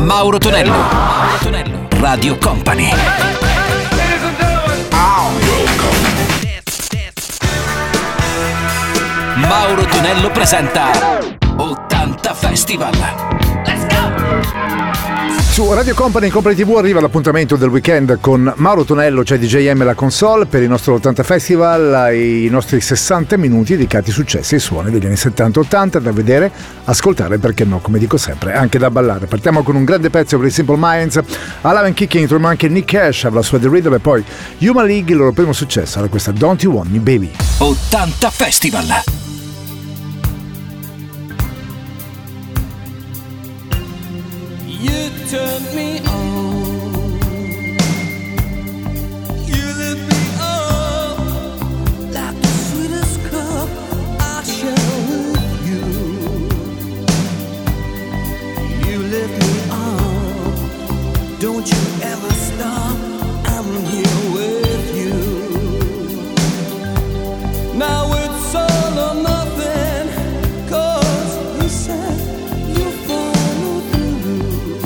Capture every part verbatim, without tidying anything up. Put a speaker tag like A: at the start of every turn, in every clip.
A: Mauro Tonello, Mauro Tonello, Radio Company. Mauro Tonello presenta ottanta Festival. Let's go!
B: Su Radio Company Company tivù arriva l'appuntamento del weekend con Mauro Tonello, cioè D J M la console, per il nostro ottanta Festival, i nostri sessanta minuti dedicati ai successi e suoni degli anni settanta ottanta, da vedere, ascoltare, perché no, come dico sempre, anche da ballare. Partiamo con un grande pezzo per i Simple Minds, Alain Kicking, troviamo anche Nick Cash avrà la sua The Rhythm e poi Human League, il loro primo successo, era questa Don't You Want Me Baby.
A: ottanta Festival.
C: You turned me on, you lit me up like the sweetest cup I share with you. You lit me up, don't you ever stop, I'm here with you. Now it's all or nothing, 'cause you said you follow through.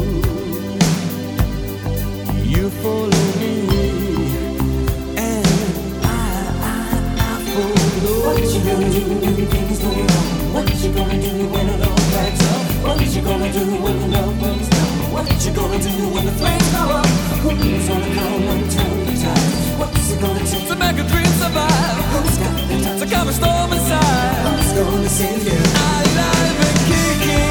C: You follow me, and I, I, I follow. What you gonna do when things go wrong? What you gonna do when it all backs up? What you gonna do when the love burns down? What you gonna do when the flames go up? Who's gonna come and turn the tide? What's it gonna take to make a dream survive? Who's got the time to calm a storm inside? Who's gonna save you? I live and kicking.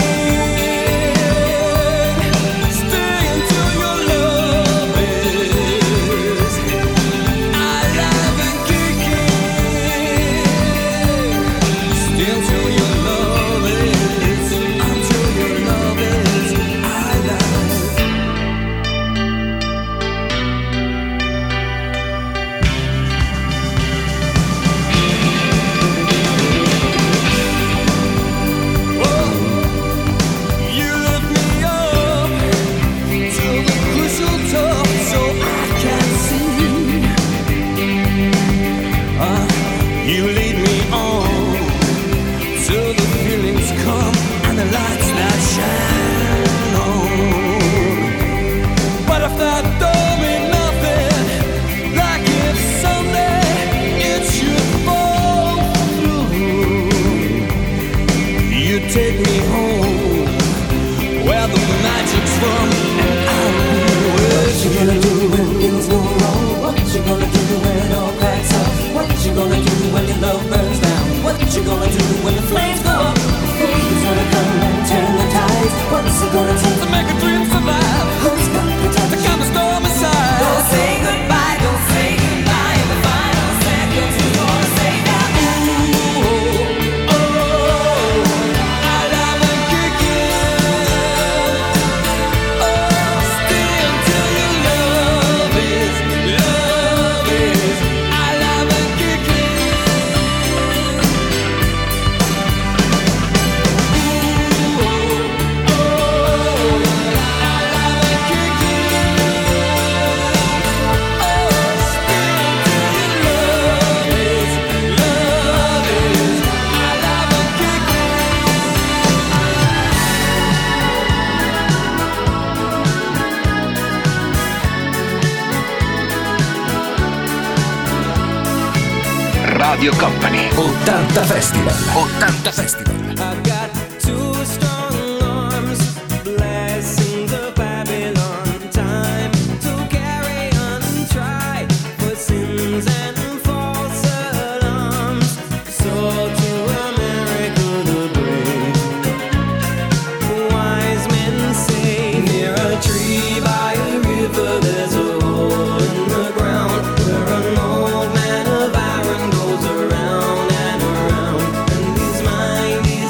A: Radio Company ottanta Festival. ottanta Festival.
C: I've got two strong arms, blessings of Babylon. Time to carry on and try for sins and false alarms. So to America the brave, wise men say, near a tree by a river there's a hole in the ground where an old man of iron goes around and around, and his mind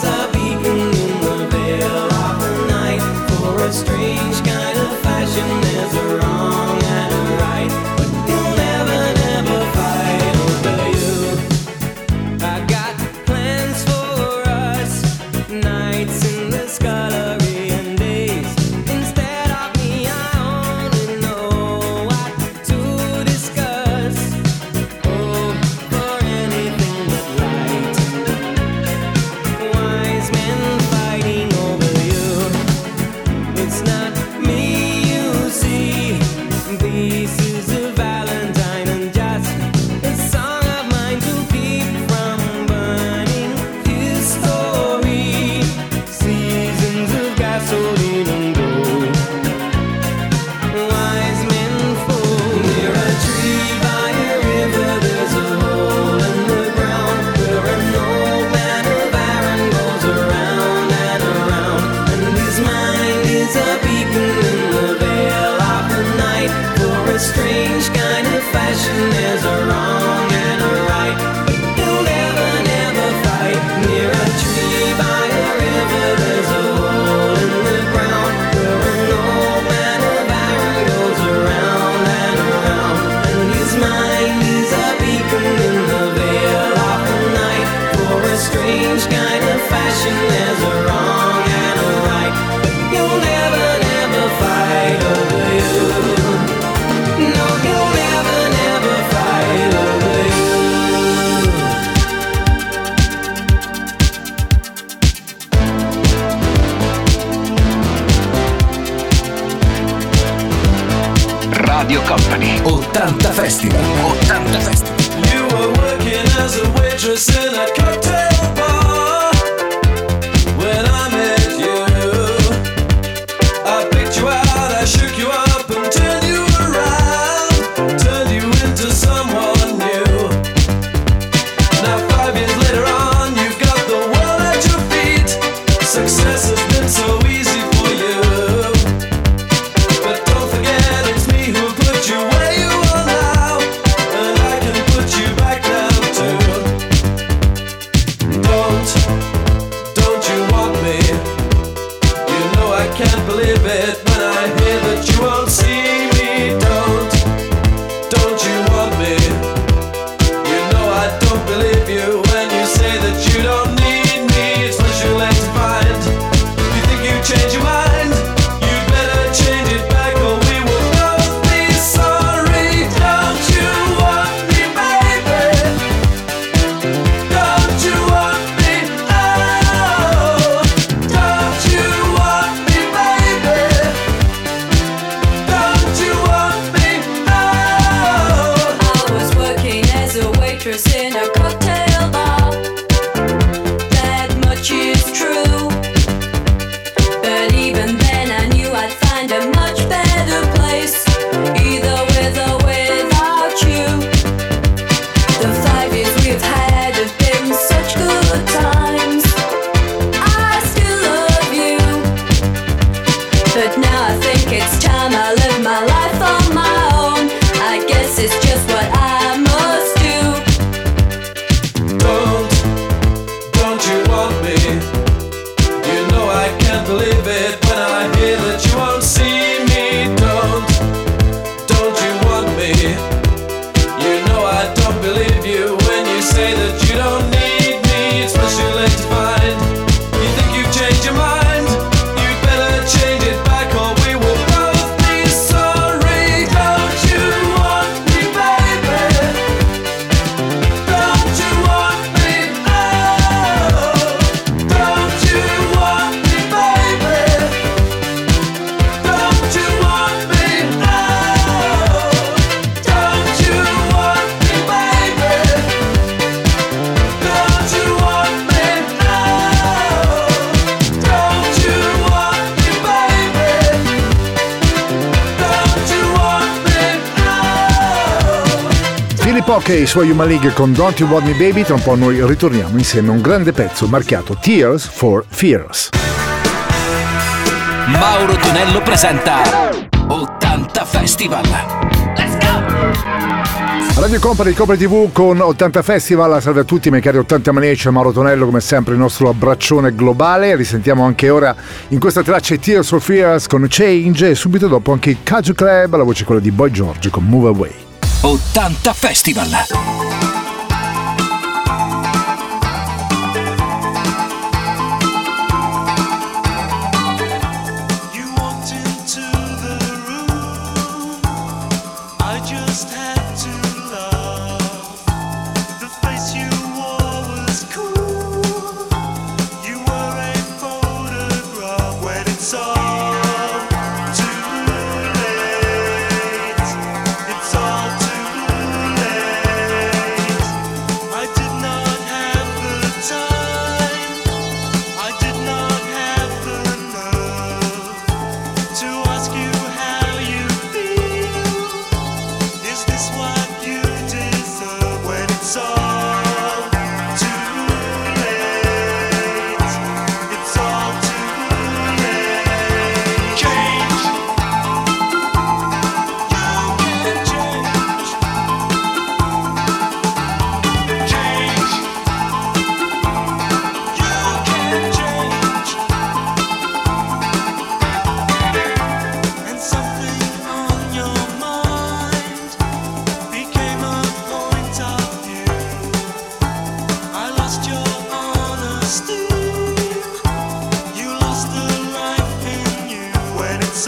C: needs a beacon in the veil of the night. For a strange kind of fashion, there's a wrong and a right. But you'll never, never fight near a tree by a river. There's a hole in the ground where an old man of iron goes around and around. And his mind is a beacon in the veil of the night. For a strange kind of fashion, there's a wrong and a right. But you'll never, never fight over you. No, you'll never, never fight over you.
A: Radio Company ottanta Festival. ottanta Festival.
D: You were working as a waitress in a cocktail bar when I met you. I picked you out, I shook you up and turned you around, turned you into someone new. Now five years later on, you've got the world at your feet. Success has been so easy for you. But don't forget it's me who put you where you are now, and I can put you back down too. Don't, don't you want me? You know I can't believe it when I hear that you won't see me. Don't, don't you want me? You know I don't believe you when you say that you don't need me. It's much too late to find. You think you change your mind? You'd better change it back or we will both be sorry. Don't you want me, baby? Don't you want me? Oh, don't you want me, baby? Don't you want me? Oh.
E: I was working as a waitress in a cocktail bar. That much is true. But even then I knew I'd find a much better place, either with or without you. The five years we've had have been such good times. I still love you, but now I think it's time I live my life on my own. I guess it's just what I must do.
D: Don't, don't you want me? You know I can't believe it when I hear that you won't see me. Don't, don't you want me? You know I don't believe you when you say that you don't need me. It's much too late to find. You think you've changed your mind? You'd better change it back or we will both be sorry. Don't you want me, baby? Don't you want me? Oh, don't you want me, baby? Don't you want me? Oh, don't you want me, baby? Don't you want me? Oh, don't you want me, baby? Don't you want me? Oh.
B: Filippo Ock e i suoi Human League con Don't You Want Me Baby. Tra un po' noi ritorniamo insieme a un grande pezzo marchiato Tears for Fears.
A: Mauro Tonello presenta ottanta Festival. Let's go!
B: Radio Company Copre tivù con ottanta Festival. Salve a tutti miei cari ottanta maniaci, Mauro Tonello come sempre il nostro abbraccione globale. Risentiamo anche ora in questa traccia Tears for Fears con Change e subito dopo anche il Caju Club, la voce quella di Boy George con Move Away.
A: ottanta Festival.
F: You walked into the room. I just had to laugh. The face you wore was cool. You were a photograph when it's all too late. It's all too late.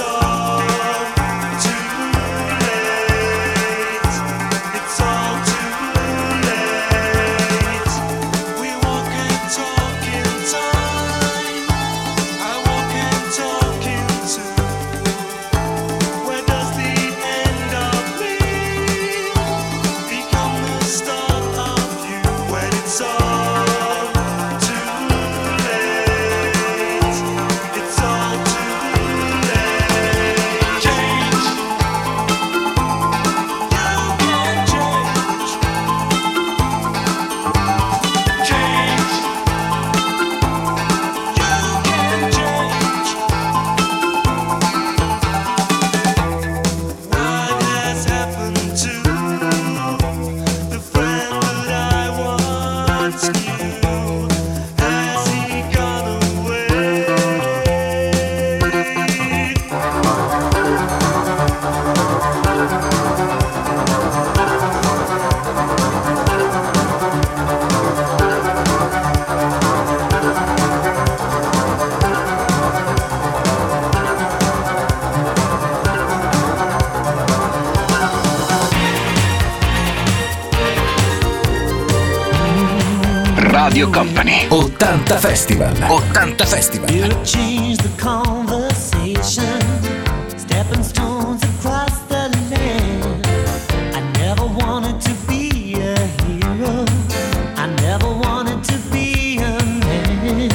A: Radio Company ottanta Festival. ottanta Festival.
C: You change the conversation, stepping stones across the land. I never wanted to be a hero, I never wanted to be a man.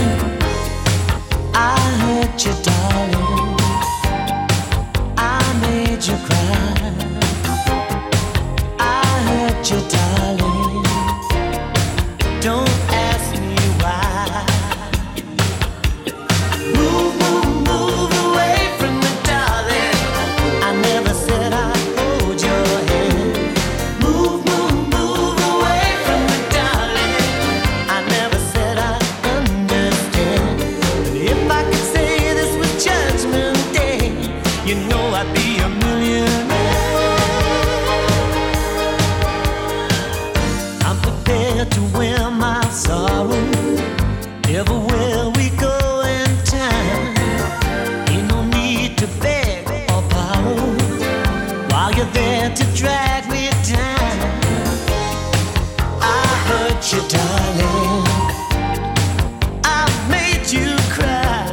C: I hurt you, darling, I made you cry. I hurt you, darling, don't ask me why. Move, move, move away from me, darling. I never said I'd hold your hand. Move, move, move away from me, darling. I never said I'd understand. But if I could say this was Judgment Day, you know I'd be a millionaire. I'm prepared to wear my sorrow everywhere we go in time. Ain't no need to beg or borrow while you're there to drag me down. I hurt you, darling, I made you cry.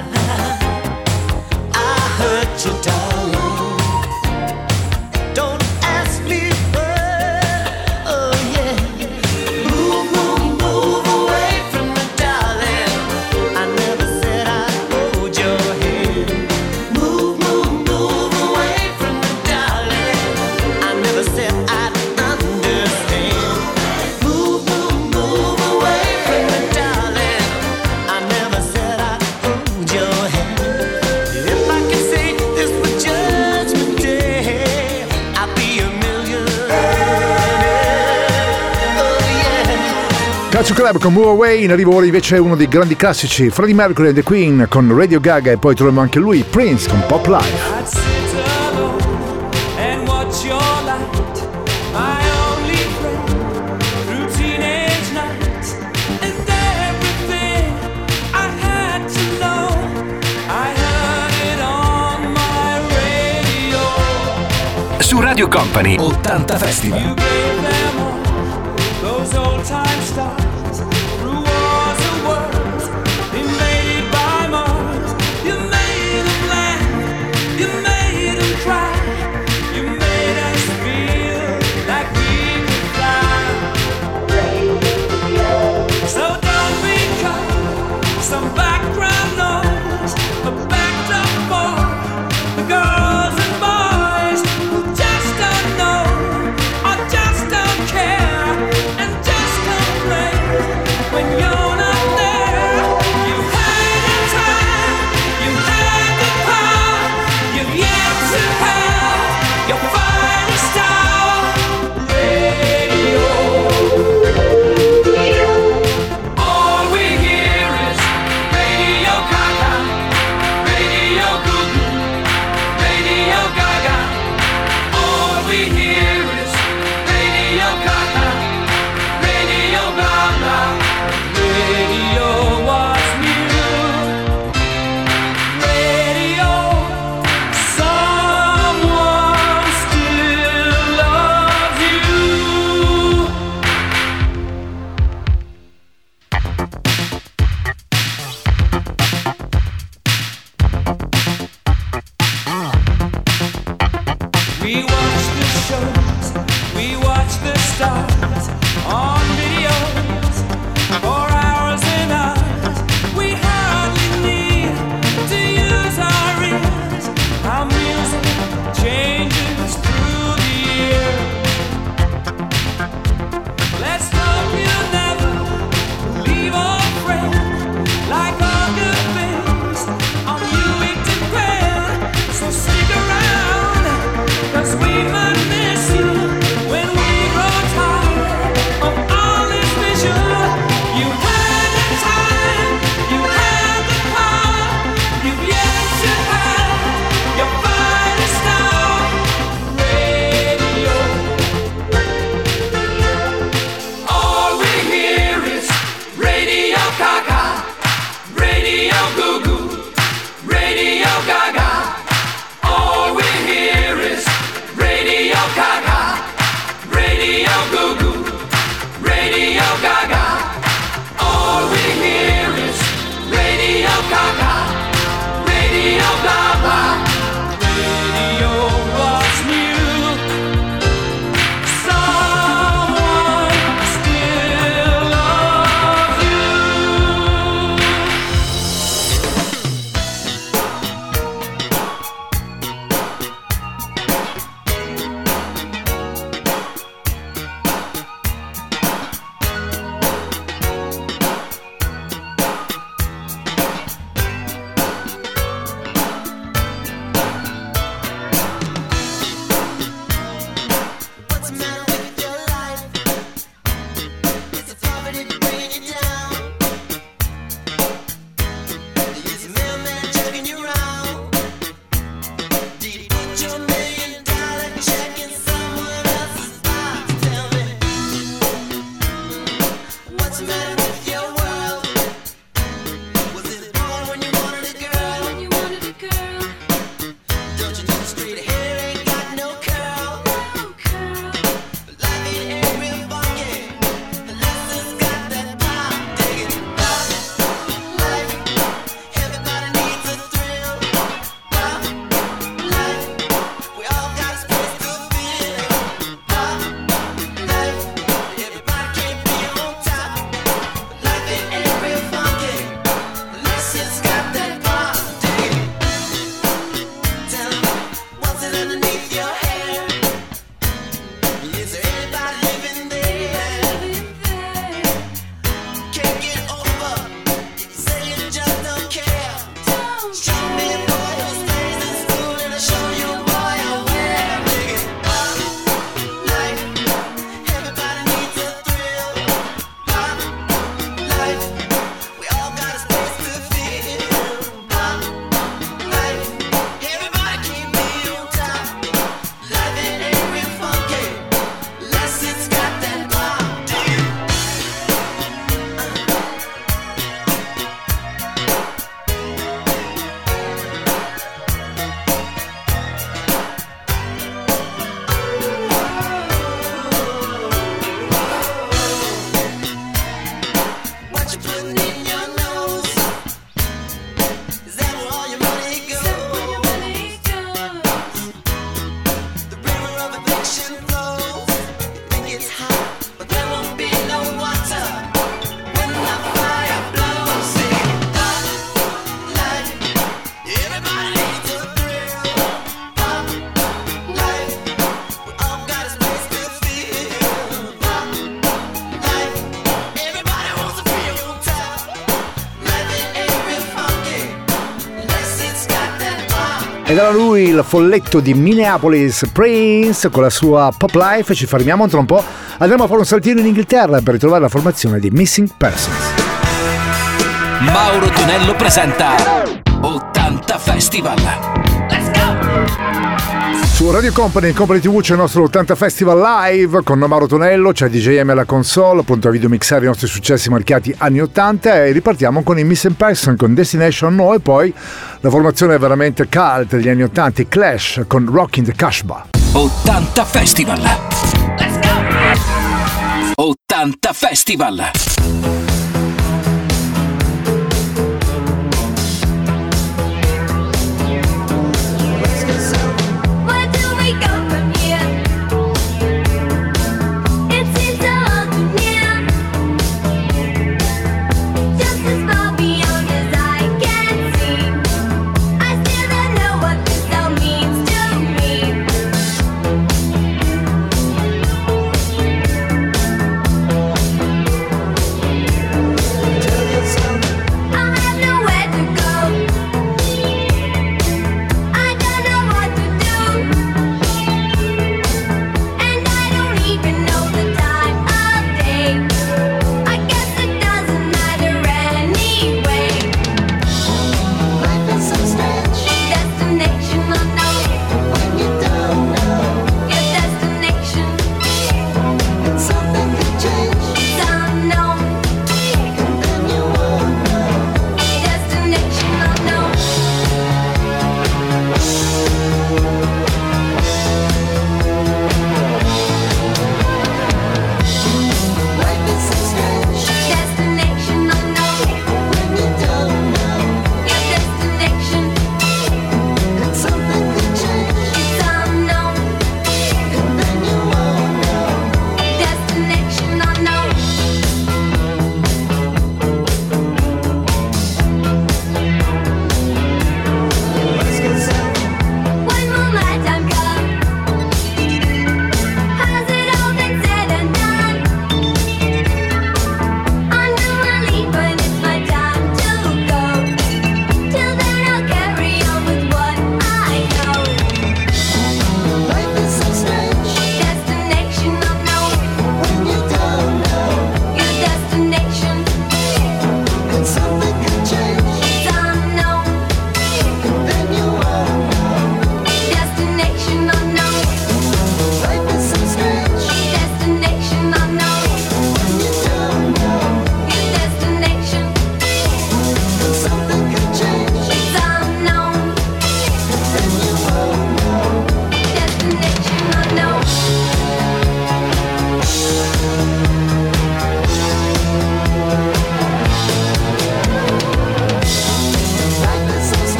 C: I hurt you, darling, don't ask me why. Oh yeah. Move, move, move away from me, darling. I never said I'd hold your hand. Move, move, move away from me, darling. I never said I'd understand. Move, move, move away from me, darling. I never said I'd hold your hand. If I could say this was Judgment Day, I'd be a millionaire. Oh yeah.
B: Calcio Club con Move Away. In arrivo ora invece uno dei grandi classici, Freddie Mercury and the Queen con Radio Gaga, e poi troviamo anche lui, Prince con Pop Life.
D: I'd sit alone and watch your light, my only friend through teenage nights, and everything I had to know, I heard it on my radio.
A: Su Radio Company ottanta Festival.
D: You gave them all those old time stars through wars and worlds invaded by Mars. You made them laugh, you made them cry, you made us feel like we could fly. So don't become some background noise, but backed up for the girls and boys who just don't know or just don't care and just complain. stars on videos for hours and hours. We hardly need to use our ears. Our music changes through the year. Let's hope you'll never leave our friend. Like all good things, on you it depends. So stick around, 'cause we might miss you when we grow tired of all this vision. You had the time, you had the power, you've yet to have your finest hour. Radio. All we hear is Radio Gaga, Radio Goo Goo, Radio Gaga. All we hear is Radio Gaga, Radio Goo Goo, Radio Gaga. All we hear is Radio Gaga, Radio Gaga. Radio was new. Someone still loves you.
C: What's the matter with your life? Is it poverty bringing you down? Is the mailman jerking you around? Did you put your million dollar check in someone else's box? Tell me, what's the matter with your world? Was it born when you wanted a girl?
E: When you wanted a girl,
C: Don't you know the straight hair ain't got no curl?
E: oh girl.
C: Life ain't real funky unless it's got that pop. Dig it, pop life. Everybody needs a thrill. Pop life. We all got a space to feel. Pop life. Everybody can't be on top. Life ain't real funky unless it's got that pop. Dig it. Tell me, what's it underneath your hair? Is there anybody living there? Can't get over, say you just don't care. Show me a boy who stays in school and I'll show you a boy I wear. Dig it, pop life. Everybody needs a thrill. Pop life. We all got a space to feel. Pop life. Everybody can't be on top. Life ain't real funky unless it's got that pop. Dig it. What you putting in your nose? Is that where all your money goes? The river of addiction flows. You think it's hot, but there won't be no water when the fire blows. See, pop life. Everybody needs a thrill. Pop life. We all got a space to feel. Pop life. Everybody wants to be on top. Life ain't real funky unless it's got that pop.
B: Ed era lui il folletto di Minneapolis, Prince, con la sua Pop Life. Ci fermiamo tra un po'. Andremo a fare un saltino in Inghilterra per ritrovare la formazione di Missing Persons.
A: Mauro Tonello presenta ottanta Festival.
B: Su Radio Company, Company tivù c'è il nostro ottanta Festival Live con Mauro Tonello, c'è D J M alla console, pronto a videomixare i nostri successi marchiati anni ottanta e ripartiamo con i Missing Person con Destination No e poi la formazione veramente cult degli anni ottanta, i Clash con Rockin' the Casbah.
A: ottanta Festival. ottanta Festival.
E: Where do we go from here? It's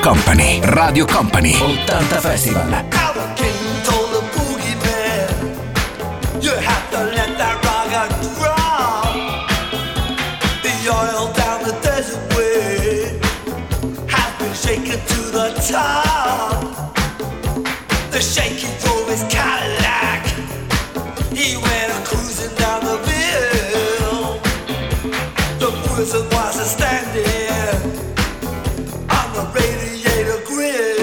A: Company, Radio Company, ottanta Festival.
F: Our king told the boogeyman, you have to let that rock drop. The oil down the desert way has been shaken to the top. The shaky drove his Cadillac, he went cruising down the hill. The prison was a standing on the radiator grill.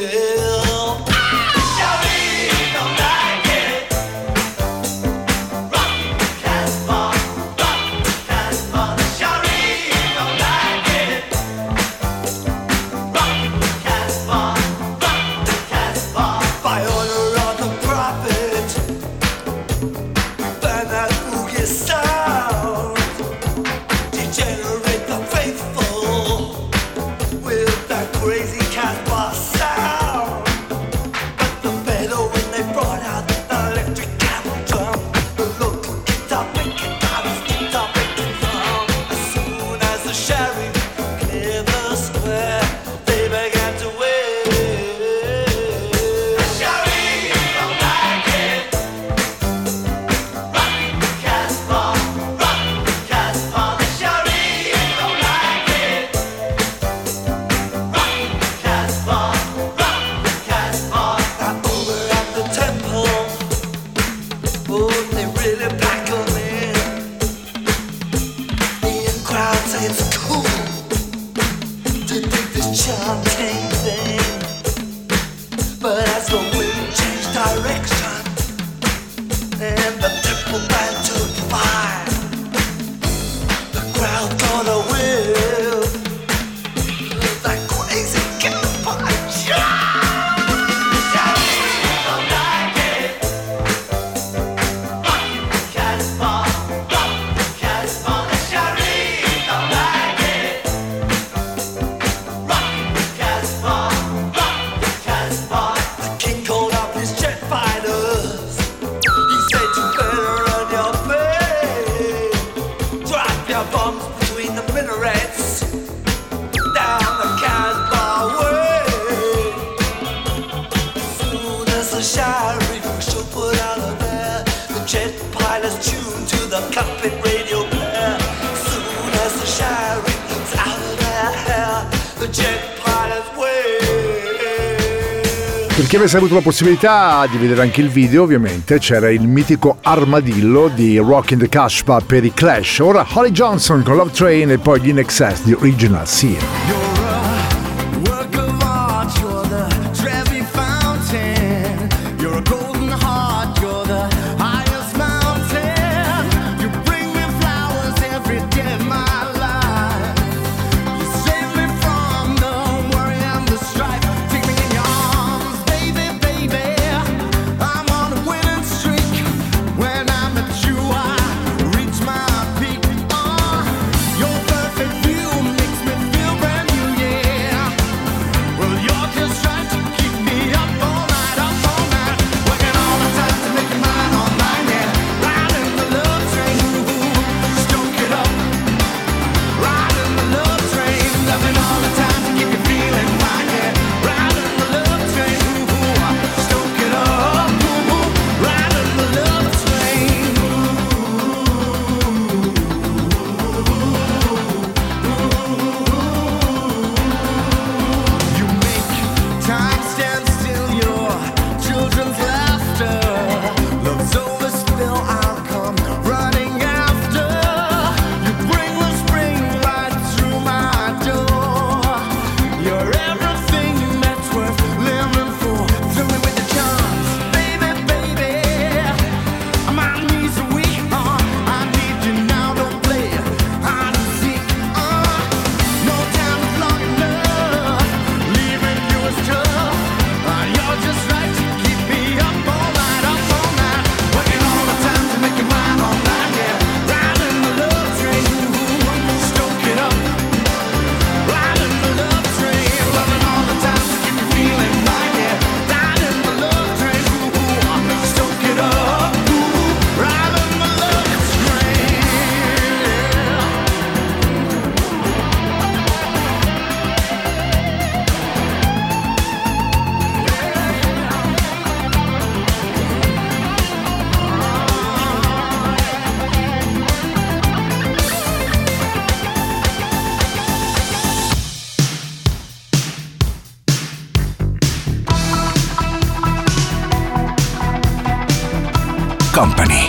B: Per chi avesse avuto la possibilità di vedere anche il video, ovviamente c'era il mitico armadillo di Rockin' the Casbah per i Clash. Ora Holly Johnson con Love Train e poi gli In Excess di Original Sin.
G: Your perfect view makes me feel brand new.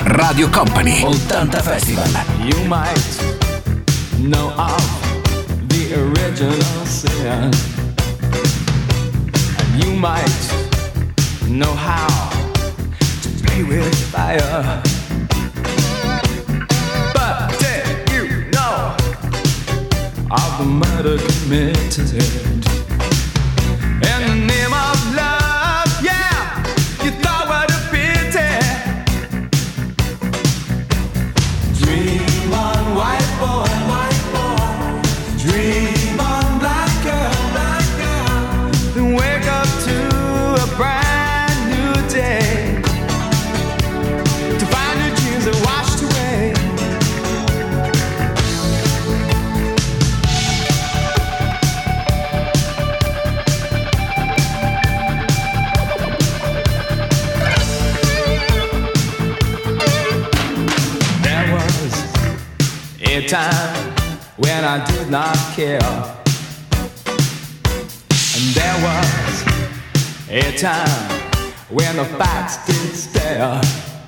A: Radio Company ottanta Festival.
D: You might know of the original sin, and you might know how to play with fire. But did you know of the murder committed in the name of love? Yeah, you thought what a pity. Dream on, white boy, white boy. Dream on, black girl, black girl. Then wake up to a brand new day, to find your dreams that washed away. There was a time when I did not care, and there was a time when the facts did stare.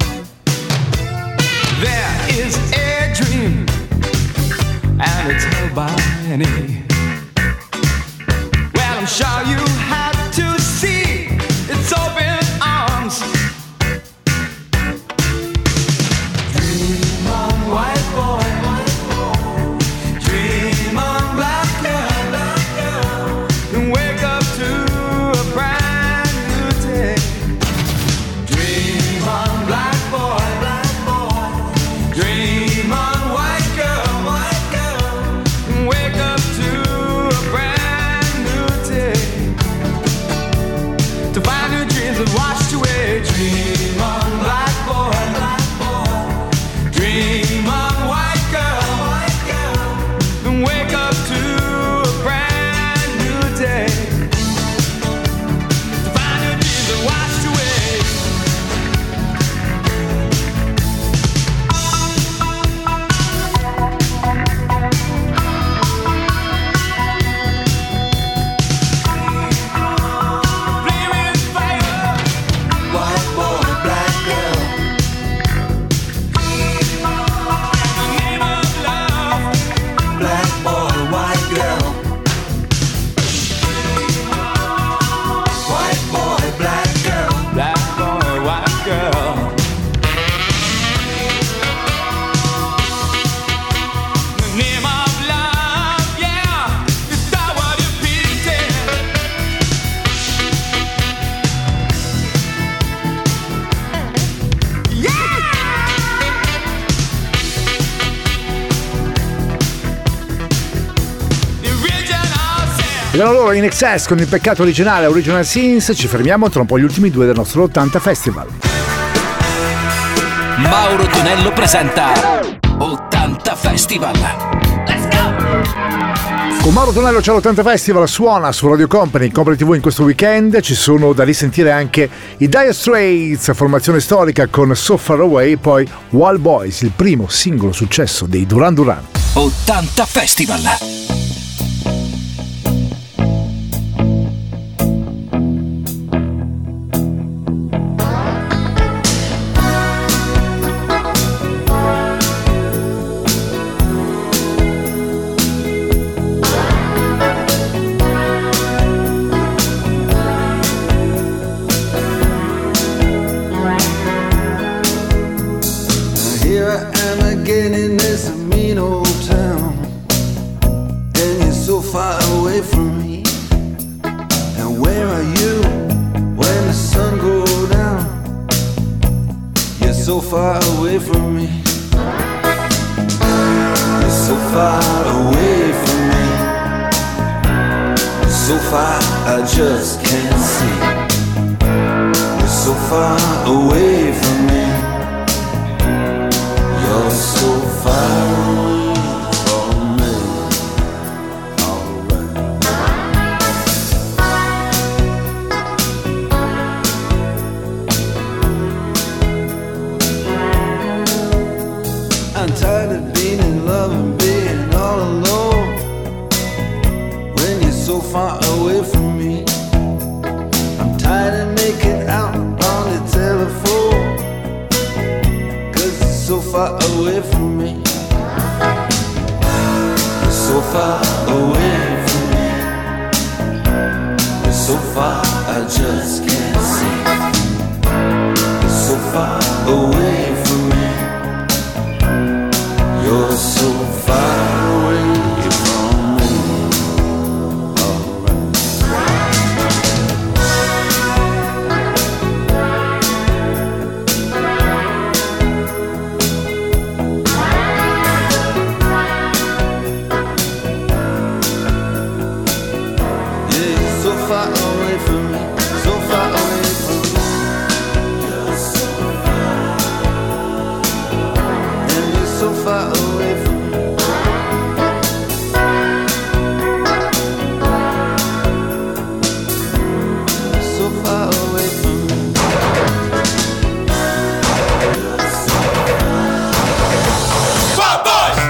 D: There is a dream, and it's held by many. Well, I'm sure you have to see its open arms. Dream on, white boy, white boy. Dream on, black girl, black girl. And wake up to a brand new day. Dream on, black boy, black boy. Dream on, white girl, white girl. And wake up to a brand new day, to find new dreams that washed away. Dream on, black boy, black boy. Dream on, white girl, white girl. Then wake up to a brand new day, to find new dreams that washed away. Flaming fire, white boy, black girl. In the name of love, black boy, white girl. White boy, black girl. Black boy, white girl. In the name of love, yeah, you thought what you pity. The original sin.
B: Erano loro in Excess con il peccato originale Original Sins. Ci fermiamo tra un po' gli ultimi due del nostro ottanta Festival.
A: Mauro Tonello presenta ottanta Festival. Let's go!
B: Con Mauro Tonello c'è l'ottanta Festival, suona su Radio Company, Company tivù in questo weekend. Ci sono da risentire anche i Dire Straits, formazione storica con So Far Away, poi Wild Boys, il primo singolo successo dei Duran Duran.
A: ottanta Festival.
F: Here I am again in this mean old town, and you're so far away from me. And where are you when the sun goes down? You're so far away from me. You're so far away from me. So far I just can't see. You're so far away from me. You're so far away from me. Alright. I'm tired of being in love and being all alone when you're so far away from me. I'm tired of making out on the telephone, 'cause
D: away from me. You're so far away from me. You're so far, I just can't see. You're so far away from me. You're so far away from me. Far away from me, so far away from me. You're so far, and you're so far away from me. You're so far away from me. You're so far. Bad boys!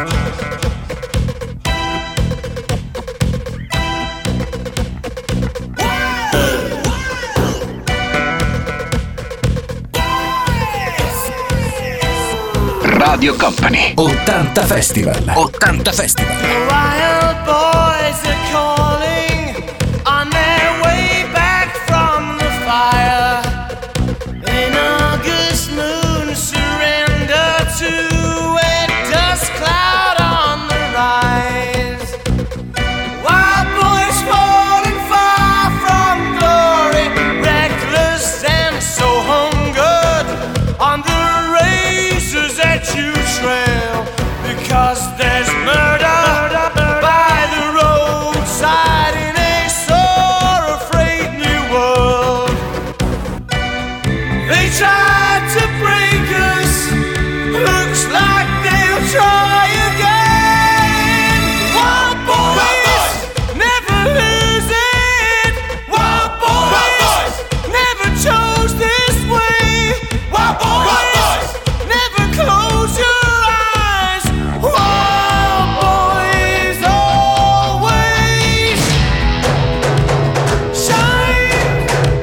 A: Radio Company ottanta Festival. ottanta Festival.
C: Wild boys are calling on their way back from the fire. An August moon surrender to a dust cloud on the rise. Wild boys falling far from glory, reckless and so hungered on the razors that you trail, because there's murder by the roadside in a sore-afraid new world. They tried to break us, looks like they'll try again. Wild boys, never lose it. Wild boys, never chose this way. Wild boys, never close your eyes. Wild boys always shine.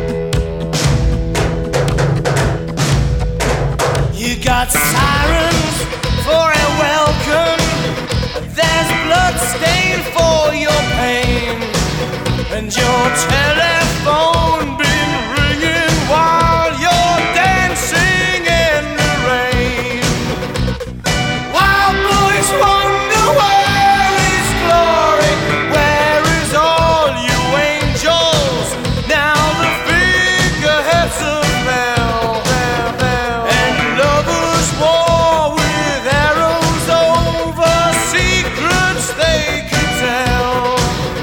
C: You got sirens for a welcome. There's blood stain for your pain, and your telephone been ringing while you're dancing in the rain. Wild boys wonder, where is glory? Where is all you angels? Now the figureheads have fell, and lovers war with arrows over secrets they could tell.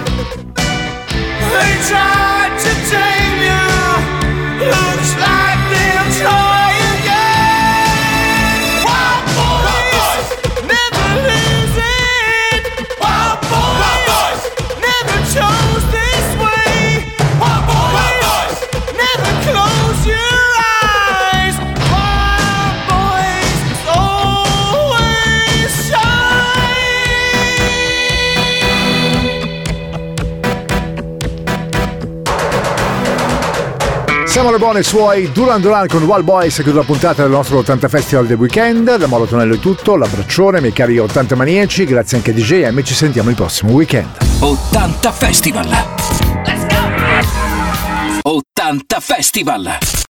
C: They tried to tame you, looks like they'll try again. Wild boys, never lose it. Wild boys, never chose this way. Wild boys, never close your eyes. Wild boys always shine.
B: Siamo alle buone suoi Duran Duran con Wild Boys, chiude la puntata del nostro ottanta Festival del weekend. Da Mauro Tonello è tutto, l'abbraccione, miei cari ottanta maniaci, grazie anche a D J M, ci sentiamo il prossimo weekend.
A: ottanta Festival. Let's go! ottanta Festival.